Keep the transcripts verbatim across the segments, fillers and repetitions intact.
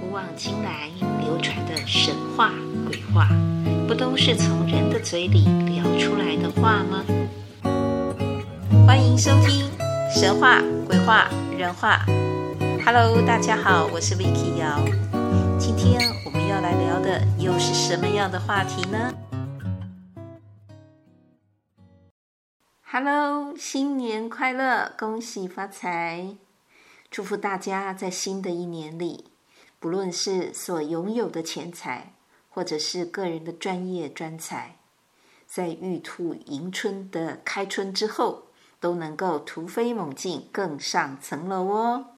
古往今来流传的神话鬼话，不都是从人的嘴里聊出来的话吗？欢迎收听神话鬼话人话。 Hello， 大家好，我是 Vicky 姚。今天我们要来聊的又是什么样的话题呢？ Hello， 新年快乐，恭喜发财！祝福大家在新的一年里，不论是所拥有的钱财，或者是个人的专业专才，在玉兔迎春的开春之后，都能够突飞猛进，更上层楼哦。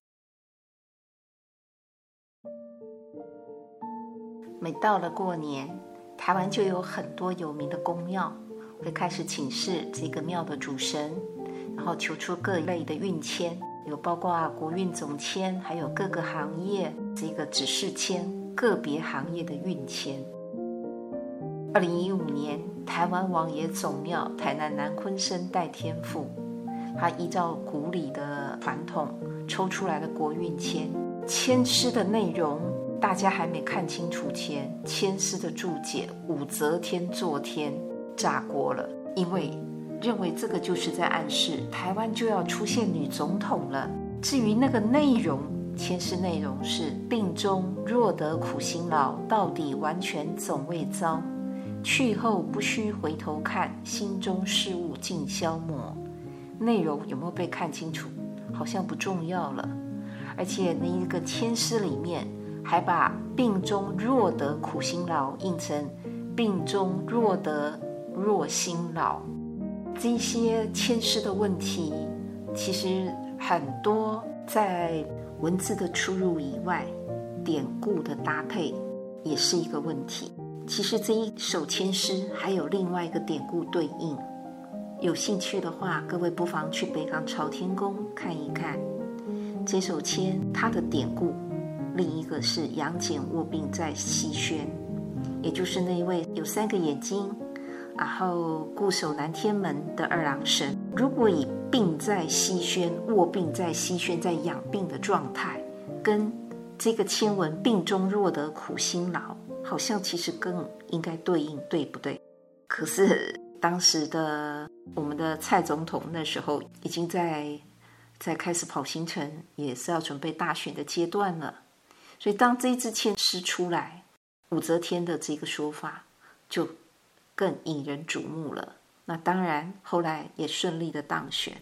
每到了过年，台湾就有很多有名的宫庙会开始请示这个庙的主神，然后求出各类的运签，有包括国运总签，还有各个行业这个指示签，个别行业的运签。二零一五年，台湾王爷总庙台南南鯤鯓代天父，他依照古礼的传统抽出来的国运签，签诗的内容大家还没看清楚前，签诗的注解武则天坐天炸锅了，因为认为这个就是在暗示台湾就要出现女总统了。至于那个内容，签诗内容是病中若得苦辛劳，到底完全总未遭，去后不须回头看，心中事物尽消磨。内容有没有被看清楚好像不重要了，而且那一个签诗里面还把病中若得苦辛劳印成病中若得若辛劳。这些签诗的问题其实很多在文字的出入以外，典故的搭配也是一个问题。其实这一首签诗还有另外一个典故对应，有兴趣的话各位不妨去北港朝天宫看一看这首签它的典故。另一个是杨戬卧病在西轩，也就是那一位有三个眼睛然后固守南天门的二郎神，如果以病在西轩，卧病在西轩，在养病的状态，跟这个签文病中若得苦辛劳，好像其实更应该对应，对不对？可是当时的我们的蔡总统那时候已经在在开始跑行程，也是要准备大选的阶段了，所以当这一支签诗出来，武则天的这个说法就更引人瞩目了。那当然后来也顺利的当选。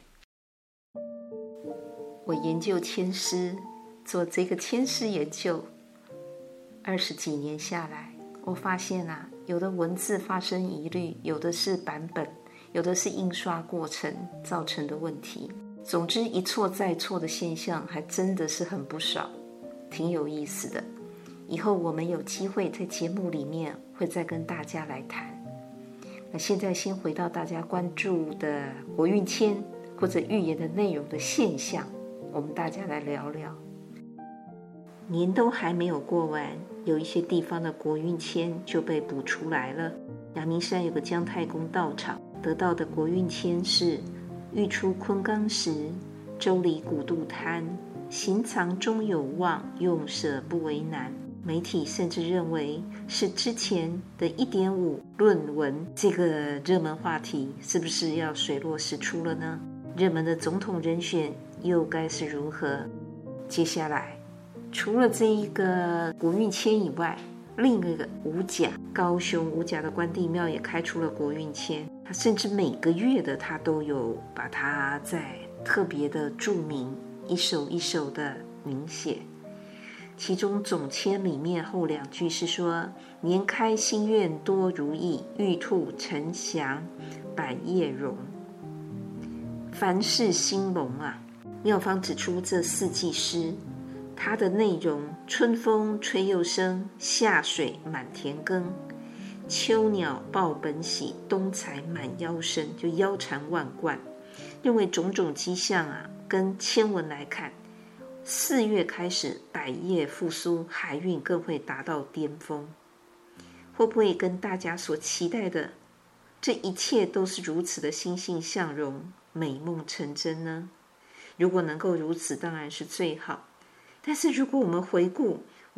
我研究签诗，做这个签诗研究二十几年下来，我发现啊，有的文字发生疑虑，有的是版本，有的是印刷过程造成的问题。总之一错再错的现象还真的是很不少，挺有意思的。以后我们有机会在节目里面会再跟大家来谈。那现在先回到大家关注的国运签或者预言的内容的现象，我们大家来聊聊。年都还没有过完，有一些地方的国运签就被补出来了。阳明山有个姜太公道场得到的国运签是欲出昆冈时，周礼古渡滩，行藏终有望，用舍不为难。媒体甚至认为是之前的 一点五 论文这个热门话题是不是要水落石出了呢？热门的总统人选又该是如何？接下来除了这一个国运签以外，另一个五甲，高雄五甲的关帝庙也开出了国运签，它甚至每个月的它都有把它在特别的注明，一首一首的明写。其中总签里面后两句是说，年开心愿多如意，玉兔呈祥百业荣，凡事兴隆啊。妙方指出这四季诗它的内容，春风吹又生，夏水满田耕，秋鸟报本喜，冬财满腰身，就腰缠万贯。认为种种迹象啊，跟签文来看，四月开始百业复苏，海运更会达到巅峰。会不会跟大家所期待的这一切都是如此的欣欣向荣，美梦成真呢？如果能够如此当然是最好，但是如果我们回顾我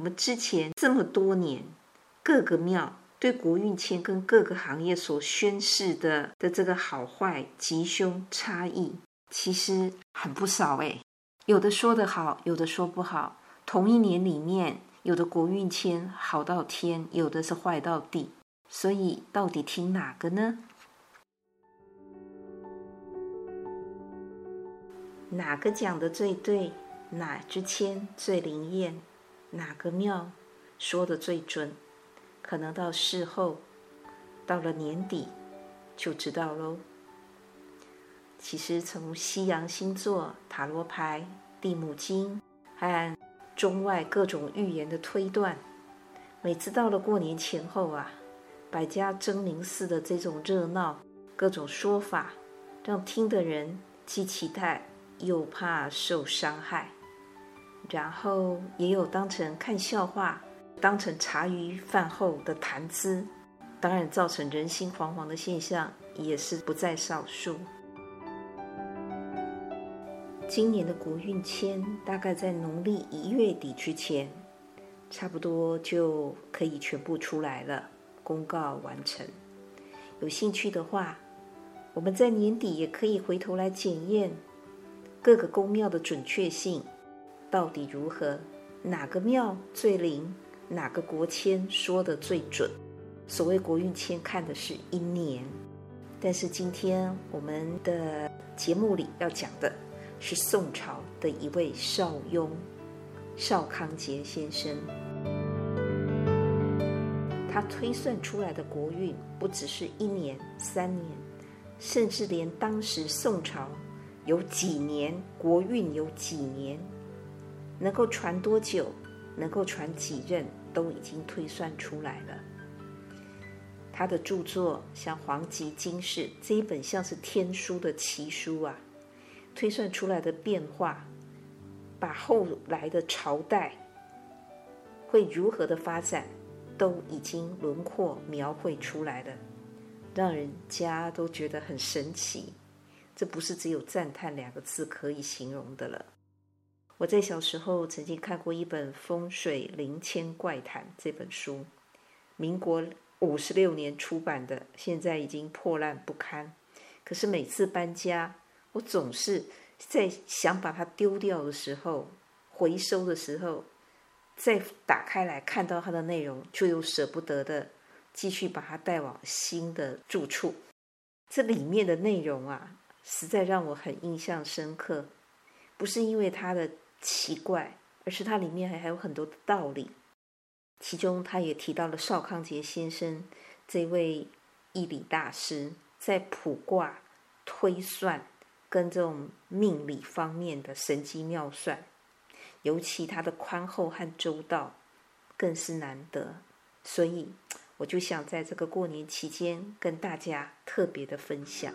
我们之前这么多年，各个庙对国运签跟各个行业所宣示的的这个好坏吉凶差异，其实很不少诶。有的说得好，有的说不好。同一年里面，有的国运签好到天，有的是坏到地。所以到底听哪个呢？哪个讲的最对？哪支签最灵验？哪个庙说的最准？可能到事后，到了年底就知道咯。其实从西洋星座、塔罗牌、地母经和中外各种预言的推断，每次到了过年前后啊，百家争鸣似的这种热闹，各种说法，让听的人既期待又怕受伤害，然后也有当成看笑话，当成茶余饭后的谈资，当然造成人心惶惶的现象也是不在少数。今年的国运签大概在农历一月底之前，差不多就可以全部出来了，公告完成。有兴趣的话，我们在年底也可以回头来检验各个宫庙的准确性到底如何，哪个庙最灵，哪个国签说的最准。所谓国运签看的是一年，但是今天我们的节目里要讲的是宋朝的一位邵雍，邵康节先生。他推算出来的国运不只是一年、三年，甚至连当时宋朝有几年国运有几年，能够传多久，能够传几任，都已经推算出来了。他的著作像《黄极经世》这一本像是天书的奇书啊，推算出来的变化，把后来的朝代会如何的发展都已经轮廓描绘出来了，让人家都觉得很神奇。这不是只有赞叹两个字可以形容的了。我在小时候曾经看过一本《风水灵签怪谈》这本书，民国五十六年出版的，现在已经破烂不堪。可是每次搬家，我总是在想把它丢掉的时候，回收的时候，再打开来看到它的内容，就又舍不得的继续把它带往新的住处。这里面的内容啊，实在让我很印象深刻，不是因为它的奇怪，而是它里面还有很多的道理。其中他也提到了邵康节先生这位易理大师在卜卦、推算跟这种命理方面的神机妙算，尤其他的宽厚和周到更是难得。所以我就想在这个过年期间跟大家特别的分享。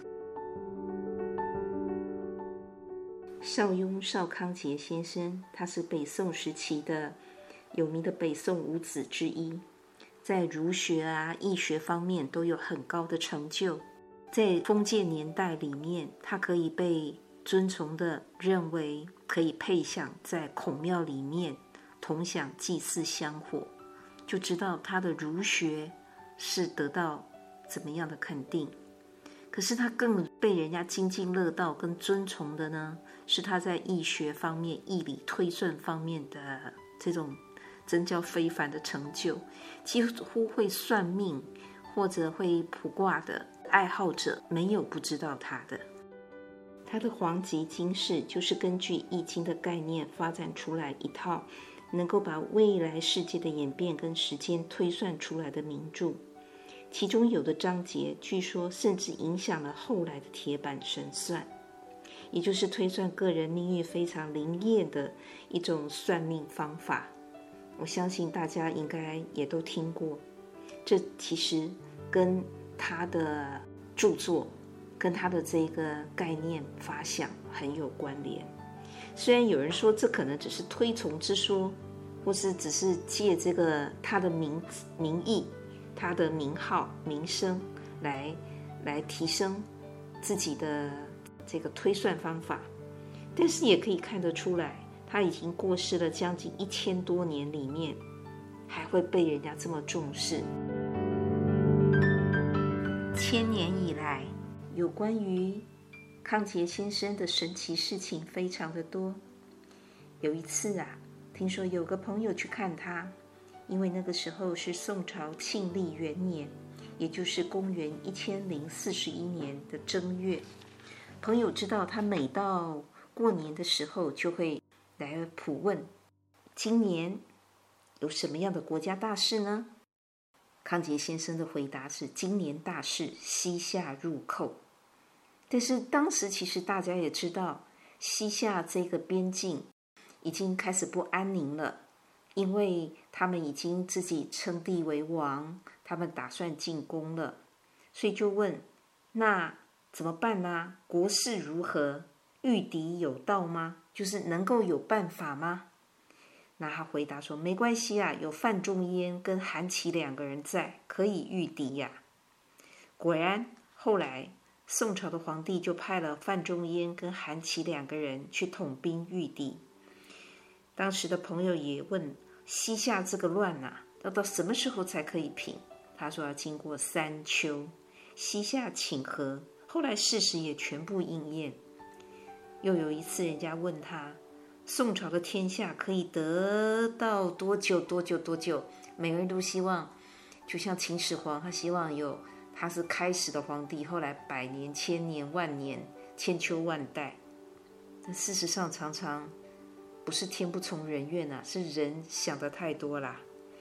邵雍邵康节先生，他是北宋时期的有名的北宋五子之一，在儒学啊、易学方面都有很高的成就。在封建年代里面，他可以被尊崇的认为可以配享在孔庙里面同享祭祀香火，就知道他的儒学是得到怎么样的肯定。可是他更被人家津津乐道跟尊崇的呢，是他在易学方面、易理推算方面的这种真叫非凡的成就。几乎会算命或者会卜卦的爱好者，没有不知道他的。他的《黄极经世》就是根据易经的概念发展出来一套能够把未来世界的演变跟时间推算出来的名著。其中有的章节据说甚至影响了后来的铁板神算，也就是推算个人命运非常灵验的一种算命方法。我相信大家应该也都听过，这其实跟他的著作跟他的这个概念发想很有关联。虽然有人说这可能只是推崇之说，或是只是借这个他的名名义、他的名号、名声来来提升自己的这个推算方法，但是也可以看得出来，他已经过世了将近一千多年里面， 还会被人家这么重视。千年以来，有关于康节先生的神奇事情非常的多。有一次啊，听说有个朋友去看他，因为那个时候是宋朝庆历元年，也就是公元一千零四十一年的正月。朋友知道他每到过年的时候就会来卜问，今年有什么样的国家大事呢？康节先生的回答是：今年大事，西夏入寇。但是当时其实大家也知道，西夏这个边境已经开始不安宁了，因为他们已经自己称帝为王，他们打算进攻了，所以就问，那怎么办呢？国事如何？御敌有道吗？就是能够有办法吗？那他回答说，没关系啊，有范仲淹跟韩琦两个人在，可以御敌呀。果然后来宋朝的皇帝就派了范仲淹跟韩琦两个人去统兵御敌。当时的朋友也问，西夏这个乱啊，要到什么时候才可以平？他说要经过三秋，西夏请和。后来事实也全部应验。又有一次人家问他，宋朝的天下可以得到多久多久多久？每个人都希望，就像秦始皇，他希望有他是开始的皇帝，后来百年、千年、万年、千秋万代。但事实上常常不是天不从人愿啊，是人想的太多啦。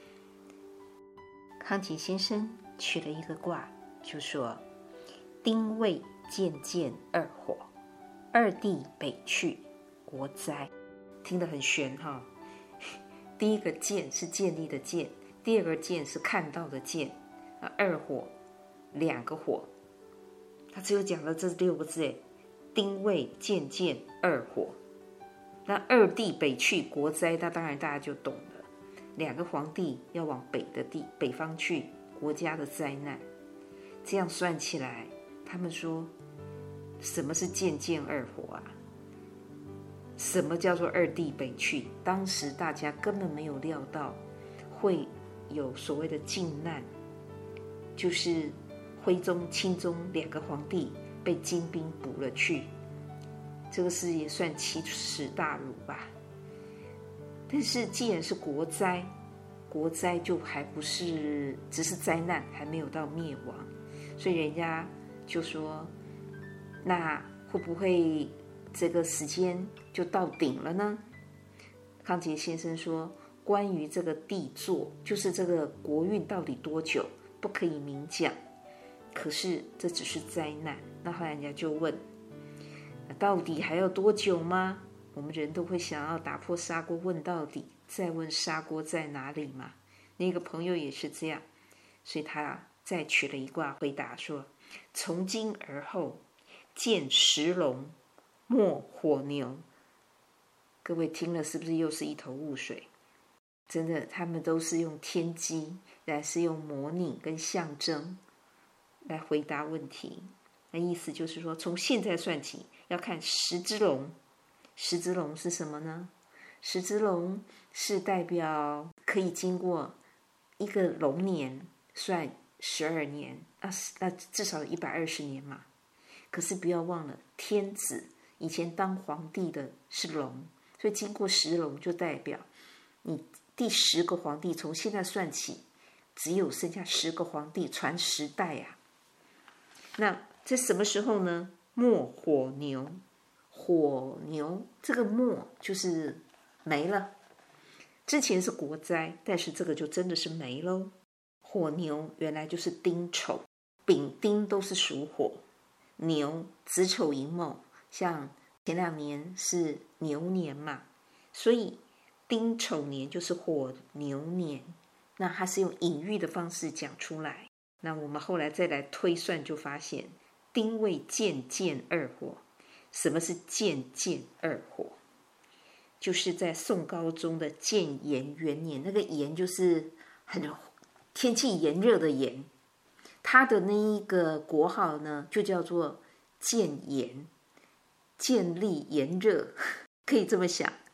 康节先生取了一个卦，就说丁未渐渐二火，二地北去，国灾。听得很玄哈。第一个建是建立的建，第二个建是看到的见，二火两个火，他只有讲了这六个字诶，丁未渐渐二火。那二地北去，国灾，那当然大家就懂了，两个皇帝要往北的地北方去，国家的灾难。这样算起来，他们说什么是渐渐二火啊？什么叫做二地北去？当时大家根本没有料到会有所谓的靖难，就是徽宗、钦宗两个皇帝被金兵捕了去，这个是也算奇耻大辱吧。但是既然是国灾，国灾就还不是只是灾难，还没有到灭亡，所以人家就说，那会不会这个时间就到顶了呢？康节先生说，关于这个地坐，就是这个国运到底多久，不可以明讲。可是这只是灾难。那后来人家就问，到底还要多久吗？我们人都会想要打破砂锅问到底，再问砂锅在哪里嘛。那个朋友也是这样，所以他再取了一卦回答说，从今而后见石龙，莫火牛。各位听了是不是又是一头雾水？真的，他们都是用天机来是用模拟跟象征来回答问题。那意思就是说，从现在算起要看十只龙。十只龙是什么呢？十只龙是代表可以经过一个龙年算十二年，那那至少一百二十年嘛。可是不要忘了，天子以前当皇帝的是龙，所以经过十龙就代表你第十个皇帝从现在算起，只有剩下十个皇帝传十代啊。那在什么时候呢？没火牛，火牛这个没就是没了。之前是国灾，但是这个就真的是没喽。火牛原来就是丁丑、丙丁都是属火，牛子丑寅卯，像前两年是牛年嘛，所以丁丑年就是火牛年。那它是用隐喻的方式讲出来。那我们后来再来推算，就发现丁未渐渐二火。什么是渐渐二火？就是在宋高宗的建炎元年，那个炎就是很天气炎热的炎，他的那一个国号呢，就叫做建炎，建立炎热，可以这么想，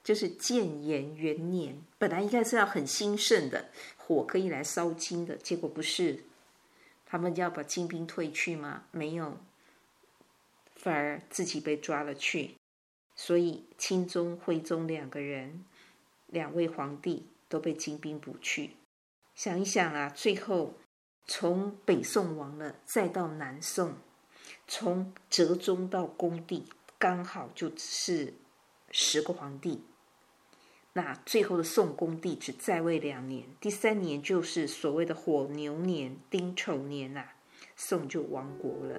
就是建炎元年，本来应该是要很兴盛的，火可以来烧金的，结果不是，他们要把金兵退去吗？没有，反而自己被抓了去。所以钦宗、徽宗两个人，两位皇帝都被金兵捕去。想一想啊，最后从北宋亡了，再到南宋，从哲宗到恭帝，刚好就只是十个皇帝。那最后的宋恭帝只在位两年，第三年就是所谓的火牛年、丁丑年啊，宋就亡国了。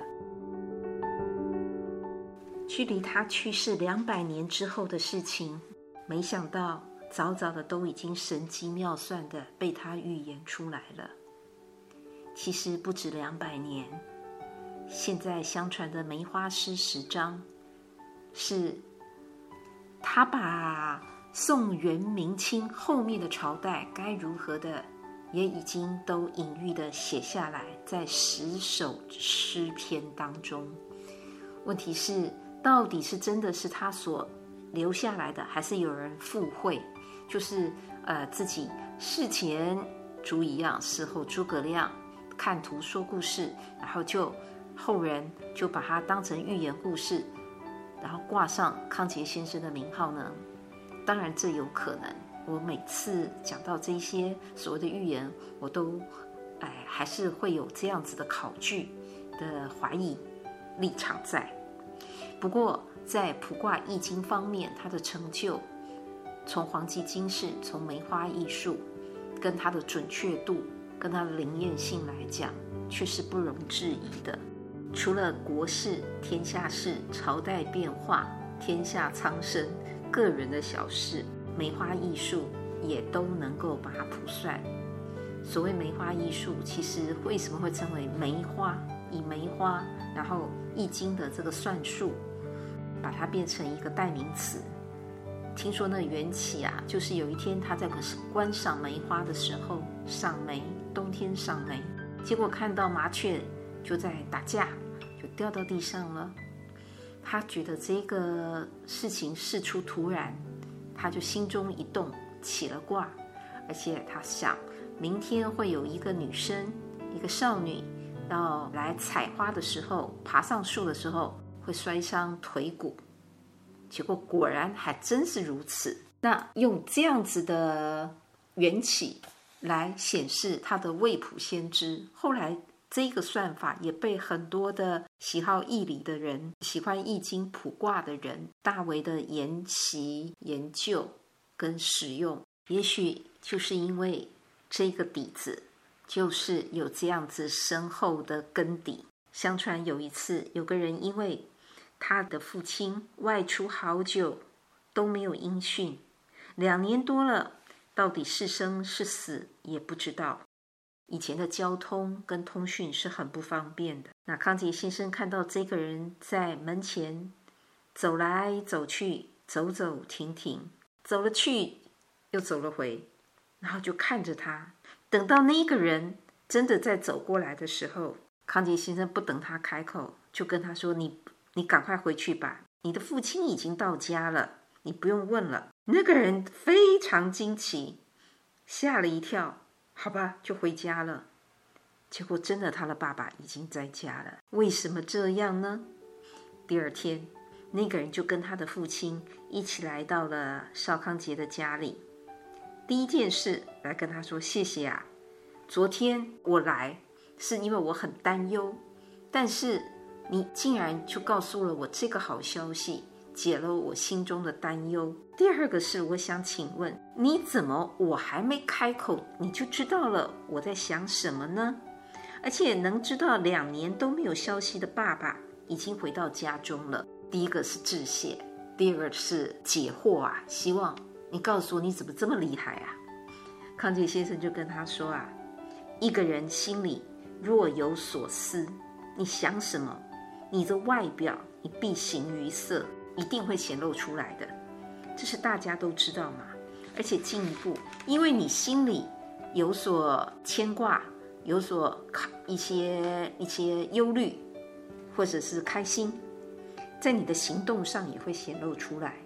距离他去世两百年之后的事情，没想到早早的都已经神机妙算的被他预言出来了。其实不止两百年，现在相传的梅花诗十章，是他把宋元明清后面的朝代该如何的，也已经都隐喻的写下来，在十首诗篇当中。问题是，到底是真的是他所留下来的，还是有人附会？就是呃自己事前朱一样，事后诸葛亮看图说故事，然后就后人就把它当成寓言故事，然后挂上康节先生的名号呢？当然这有可能。我每次讲到这些所谓的寓言，我都哎还是会有这样子的考据的怀疑立场在。不过在卜卦易经方面，它的成就从黄极金氏，从梅花易数，跟它的准确度跟它的灵验性来讲，却是不容置疑的。除了国事、天下事、朝代变化、天下苍生、个人的小事，梅花易数也都能够把它卜算。所谓梅花易数，其实为什么会称为梅花？以梅花，然后易经的这个算术，把它变成一个代名词。听说那缘起啊，就是有一天他在观赏梅花的时候，赏梅，冬天赏梅，结果看到麻雀就在打架，就掉到地上了。他觉得这个事情事出突然，他就心中一动，起了卦，而且他想明天会有一个女生，一个少女要来采花的时候，爬上树的时候会摔伤腿骨。结果果然还真是如此。那用这样子的缘起来显示他的未卜先知，后来这个算法也被很多的喜好易理的人、喜欢易经卜卦的人大为的研习、研究跟使用。也许就是因为这个底子，就是有这样子深厚的根底。相传有一次，有个人因为他的父亲外出好久都没有音讯，两年多了，到底是生是死也不知道。以前的交通跟通讯是很不方便的。那康节先生看到这个人在门前走来走去，走走停停，走了去又走了回，然后就看着他。等到那个人真的在走过来的时候，康节先生不等他开口，就跟他说：你你赶快回去吧，你的父亲已经到家了，你不用问了。那个人非常惊奇，吓了一跳，好吧，就回家了。结果真的他的爸爸已经在家了。为什么这样呢？第二天，那个人就跟他的父亲一起来到了邵康节的家里。第一件事来跟他说：谢谢啊，昨天我来是因为我很担忧，但是你竟然就告诉了我这个好消息，解了我心中的担忧。第二个是，我想请问，你怎么我还没开口，你就知道了我在想什么呢？而且能知道两年都没有消息的爸爸已经回到家中了。第一个是致谢，第二个是解惑啊，希望你告诉我你怎么这么厉害啊。康节先生就跟他说啊，一个人心里若有所思，你想什么，你的外表你必形于色，一定会显露出来的，这是大家都知道嘛。而且进一步，因为你心里有所牵挂，有所一些一些忧虑，或者是开心，在你的行动上也会显露出来。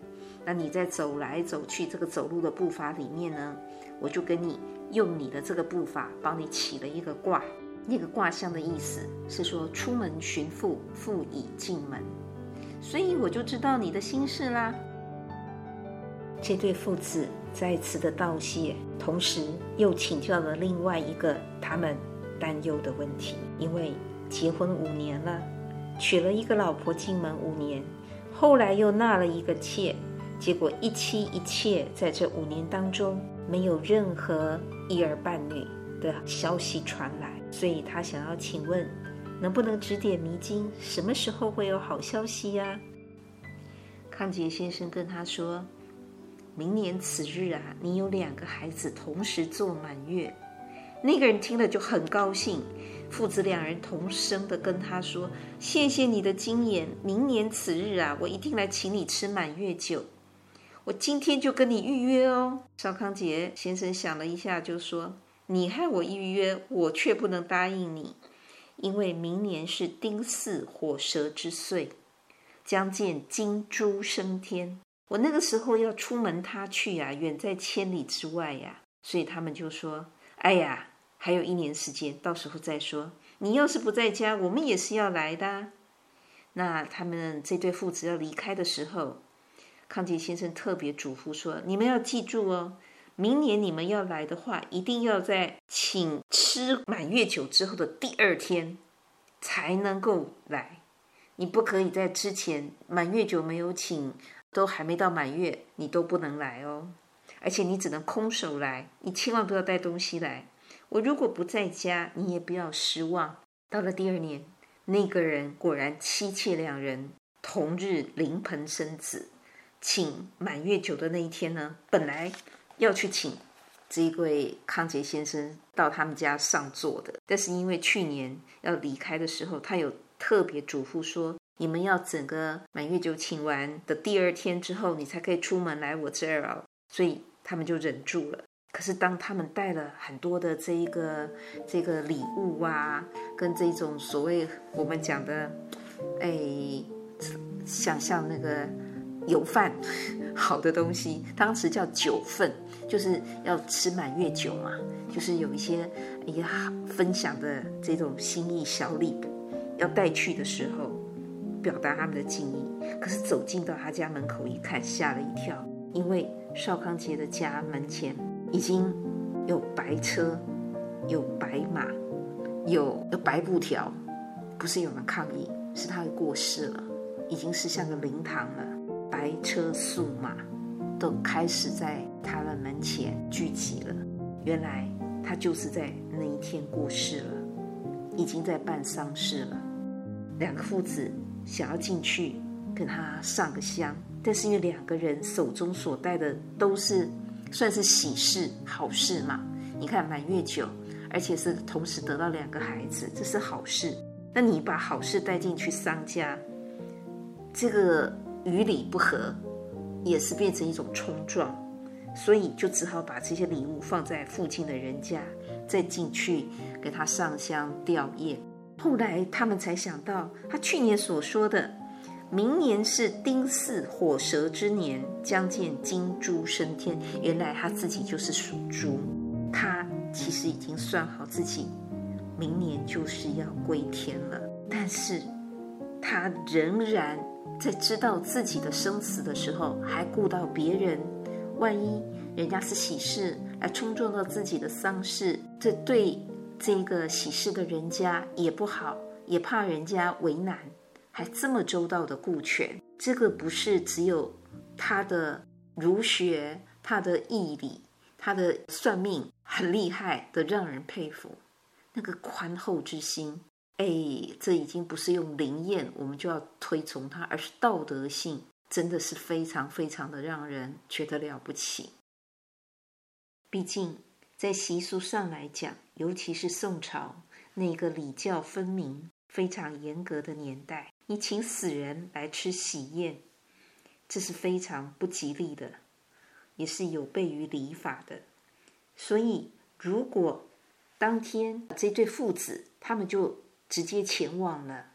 那你在走来走去这个走路的步伐里面呢，我就跟你用你的这个步伐帮你起了一个卦。那个卦象的意思是说，出门寻父，父已进门，所以我就知道你的心事啦。这对父子再次的道谢，同时又请教了另外一个他们担忧的问题。因为结婚五年了，娶了一个老婆进门五年，后来又纳了一个妾，结果一妻一妾在这五年当中没有任何一儿半女的消息传来，所以他想要请问，能不能指点迷津，什么时候会有好消息呀？康杰先生跟他说，明年此日啊，你有两个孩子同时做满月。那个人听了就很高兴，父子两人同声的跟他说，谢谢你的金言，明年此日啊，我一定来请你吃满月酒，我今天就跟你预约哦。邵康杰先生想了一下就说，你和我预约，我却不能答应你，因为明年是丁巳火蛇之岁，将见金猪升天，我那个时候要出门他去啊，远在千里之外呀、啊。所以他们就说，哎呀，还有一年时间，到时候再说，你要是不在家，我们也是要来的、啊。那他们这对父子要离开的时候，康杰先生特别嘱咐说，你们要记住哦，明年你们要来的话，一定要在请吃满月酒之后的第二天才能够来，你不可以在之前满月酒没有请，都还没到满月，你都不能来哦。而且你只能空手来，你千万不要带东西来。我如果不在家，你也不要失望。到了第二年，那个人果然妻妾两人同日临盆生子。请满月酒的那一天呢，本来要去请这一位康杰先生到他们家上座的，但是因为去年要离开的时候，他有特别嘱咐说，你们要整个满月酒请完的第二天之后，你才可以出门来我这儿哦。所以他们就忍住了。可是当他们带了很多的这一个这个礼物啊，跟这种所谓我们讲的，哎，想象那个油饭好的东西，当时叫酒份，就是要吃满月酒嘛，就是有一些哎呀分享的这种心意小礼要带去的时候，表达他们的敬意。可是走进到他家门口一看，吓了一跳，因为邵康杰的家门前已经有白车，有白马，有有白布条，不是有人抗议，是他过世了，已经是像个灵堂了。白车素马都开始在他的门前聚集了。原来他就是在那一天过世了，已经在办丧事了。两个父子想要进去跟他上个香，但是因为两个人手中所带的都是算是喜事好事嘛，你看满月酒，而且是同时得到两个孩子，这是好事。那你把好事带进去丧家，这个与理不合，也是变成一种冲撞，所以就只好把这些礼物放在附近的人家，再进去给他上香吊唁。后来他们才想到，他去年所说的明年是丁巳火蛇之年，将见金猪升天，原来他自己就是属猪，他其实已经算好自己明年就是要归天了，但是他仍然在知道自己的生死的时候，还顾到别人，万一人家是喜事来冲撞到自己的丧事，这对这个喜事的人家也不好，也怕人家为难，还这么周到的顾全。这个不是只有他的儒学，他的义理，他的算命很厉害的让人佩服，那个宽厚之心，哎，这已经不是用灵验我们就要推崇他，而是道德性，真的是非常非常的让人觉得了不起。毕竟在习俗上来讲，尤其是宋朝那个礼教分明非常严格的年代，你请死人来吃喜宴，这是非常不吉利的，也是有悖于礼法的。所以如果当天这对父子他们就直接前往了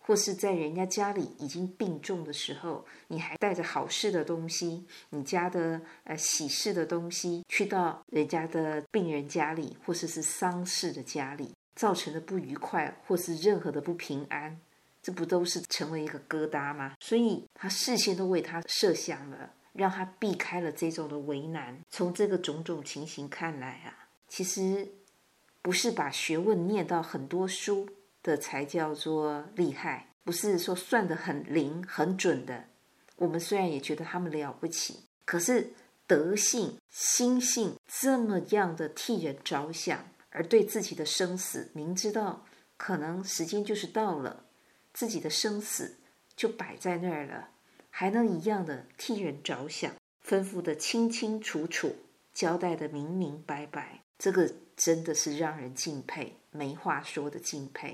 或是在人家家里已经病重的时候，你还带着好事的东西，你家的呃喜事的东西，去到人家的病人家里，或者是丧事的家里，造成的不愉快，或是任何的不平安，这不都是成为一个疙瘩吗？所以他事先都为他设想了，让他避开了这种的为难。从这个种种情形看来啊，其实不是把学问念到很多书的才叫做厉害，不是说算得很灵很准的，我们虽然也觉得他们了不起，可是德性心性这么样的替人着想，而对自己的生死明知道可能时间就是到了，自己的生死就摆在那儿了，还能一样的替人着想，吩咐的清清楚楚，交代的明明白白，这个真的是让人敬佩，没话说的敬佩。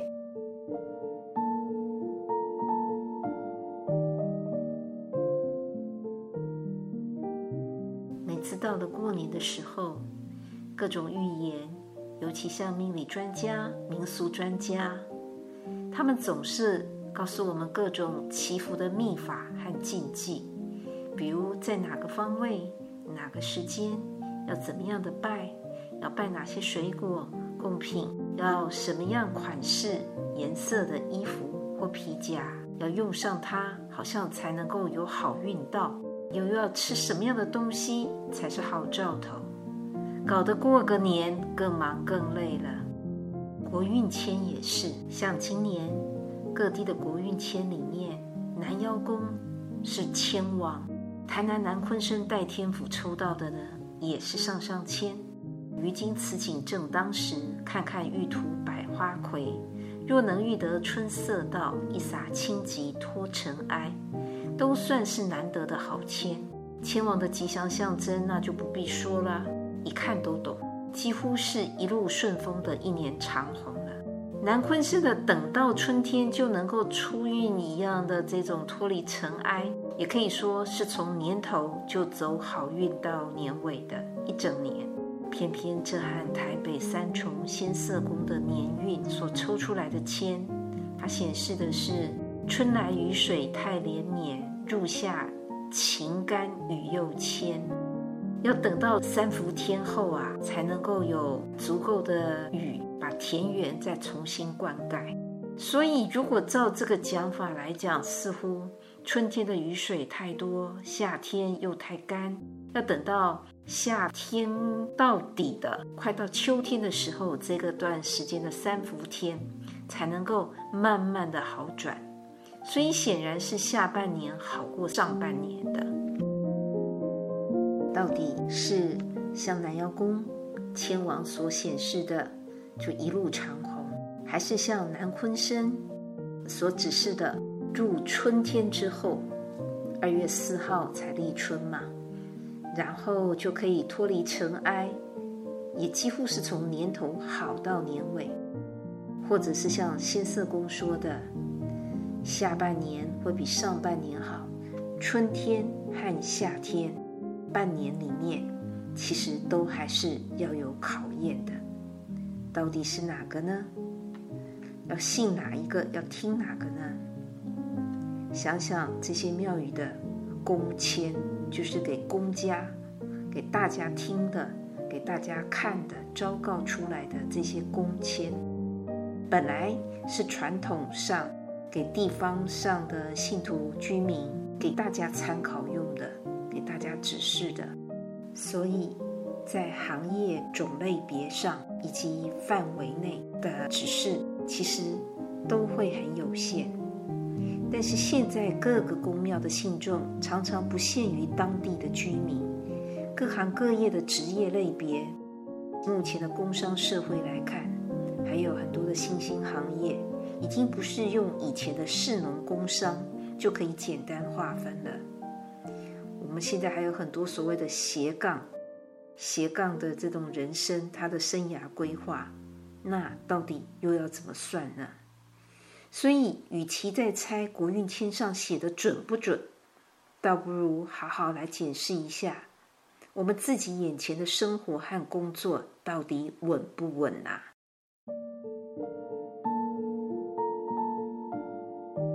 每次到了过年的时候，各种预言，尤其像命理专家、民俗专家，他们总是告诉我们各种祈福的秘法和禁忌，比如在哪个方位、哪个时间要怎么样的拜，要拜哪些水果贡品，要什么样款式颜色的衣服或皮夹，要用上它好像才能够有好运到，又要吃什么样的东西才是好兆头，搞得过个年更忙更累了。国运签也是，像今年各地的国运签里面，南邀宫是签王，台南南鯤鯓代天府抽到的呢也是上上签。于今此景正当时，看看玉图百花魁，若能遇得春色到，一洒清吉脱尘埃，都算是难得的好签。签王的吉祥象征那就不必说了，一看都懂，几乎是一路顺风的一年长虹了。南鯤鯓的等到春天就能够出运一样的这种脱离尘埃，也可以说是从年头就走好运到年尾的一整年。偏偏这和台北三重仙色宫的年运所抽出来的签，它显示的是春来雨水太连绵，入夏晴干雨又千，要等到三伏天后啊，才能够有足够的雨把田园再重新灌溉。所以如果照这个讲法来讲，似乎春天的雨水太多，夏天又太干，要等到夏天到底的快到秋天的时候，这个段时间的三伏天才能够慢慢的好转，所以显然是下半年好过上半年的。到底是像南邀宫签王所显示的就一路长虹，还是像南鯤鯓所指示的入春天之后二月四号才立春嘛，然后就可以脱离尘埃，也几乎是从年头好到年尾，或者是像仙色宫说的下半年会比上半年好，春天和夏天半年里面其实都还是要有考验的，到底是哪个呢？要信哪一个？要听哪个呢？想想这些庙宇的公签，就是给公家给大家听的，给大家看的，昭告出来的这些公签，本来是传统上给地方上的信徒居民给大家参考用的，给大家指示的，所以在行业种类别上以及范围内的指示其实都会很有限。但是现在各个宫庙的信众常常不限于当地的居民，各行各业的职业类别，目前的工商社会来看，还有很多的新兴行业已经不是用以前的士农工商就可以简单划分了。我们现在还有很多所谓的斜杠斜杠的这种人生，他的生涯规划，那到底又要怎么算呢？所以与其在猜国运签上写的准不准，倒不如好好来检视一下我们自己眼前的生活和工作到底稳不稳啊。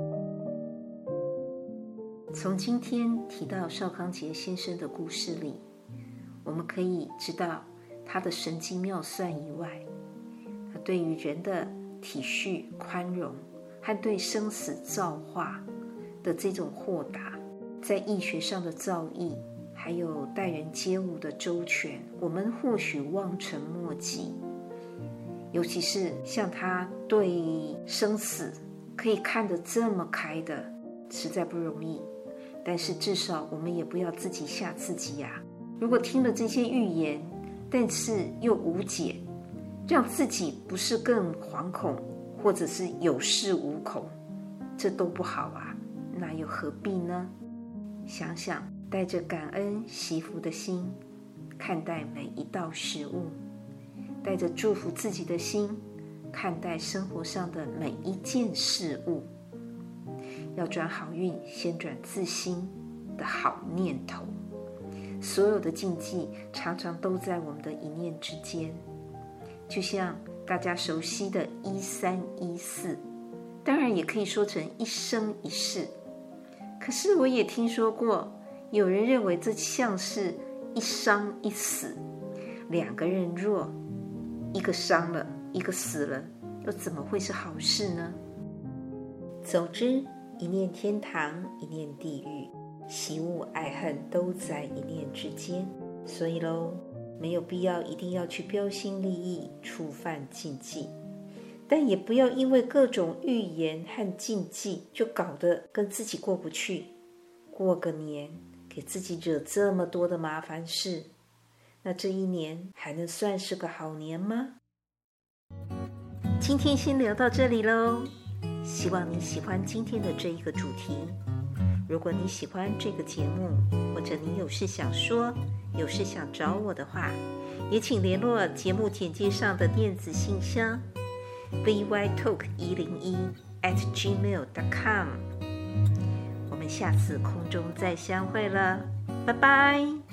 从今天提到邵康节先生的故事里，我们可以知道他的神机妙算以外，他对于人的体恤宽容和对生死造化的这种豁达，在医学上的造诣，还有待人接物的周全，我们或许望尘莫及。尤其是像他对生死可以看得这么开的，实在不容易。但是至少我们也不要自己吓自己呀、啊。如果听了这些预言，但是又无解，让自己不是更惶恐，或者是有恃无恐，这都不好啊，那又何必呢？想想，带着感恩惜福的心看待每一道食物，带着祝福自己的心看待生活上的每一件事物，要转好运，先转自心的好念头。所有的禁忌常常都在我们的一念之间，就像大家熟悉的一三一四，当然也可以说成一生一世。可是我也听说过有人认为这像是一生一死，两个人若一个伤了一个死了，又怎么会是好事呢？总之，一念天堂，一念地狱，喜恶爱恨都在一念之间。所以咯，没有必要一定要去标新立异，触犯禁忌，但也不要因为各种预言和禁忌就搞得跟自己过不去。过个年给自己惹这么多的麻烦事，那这一年还能算是个好年吗？今天先聊到这里咯，希望你喜欢今天的这一个主题。如果你喜欢这个节目，或者你有事想说，有事想找我的话，也请联络节目简介上的电子信箱 v y talk 一零一 at gmail dot com。 我们下次空中再相会了，拜拜。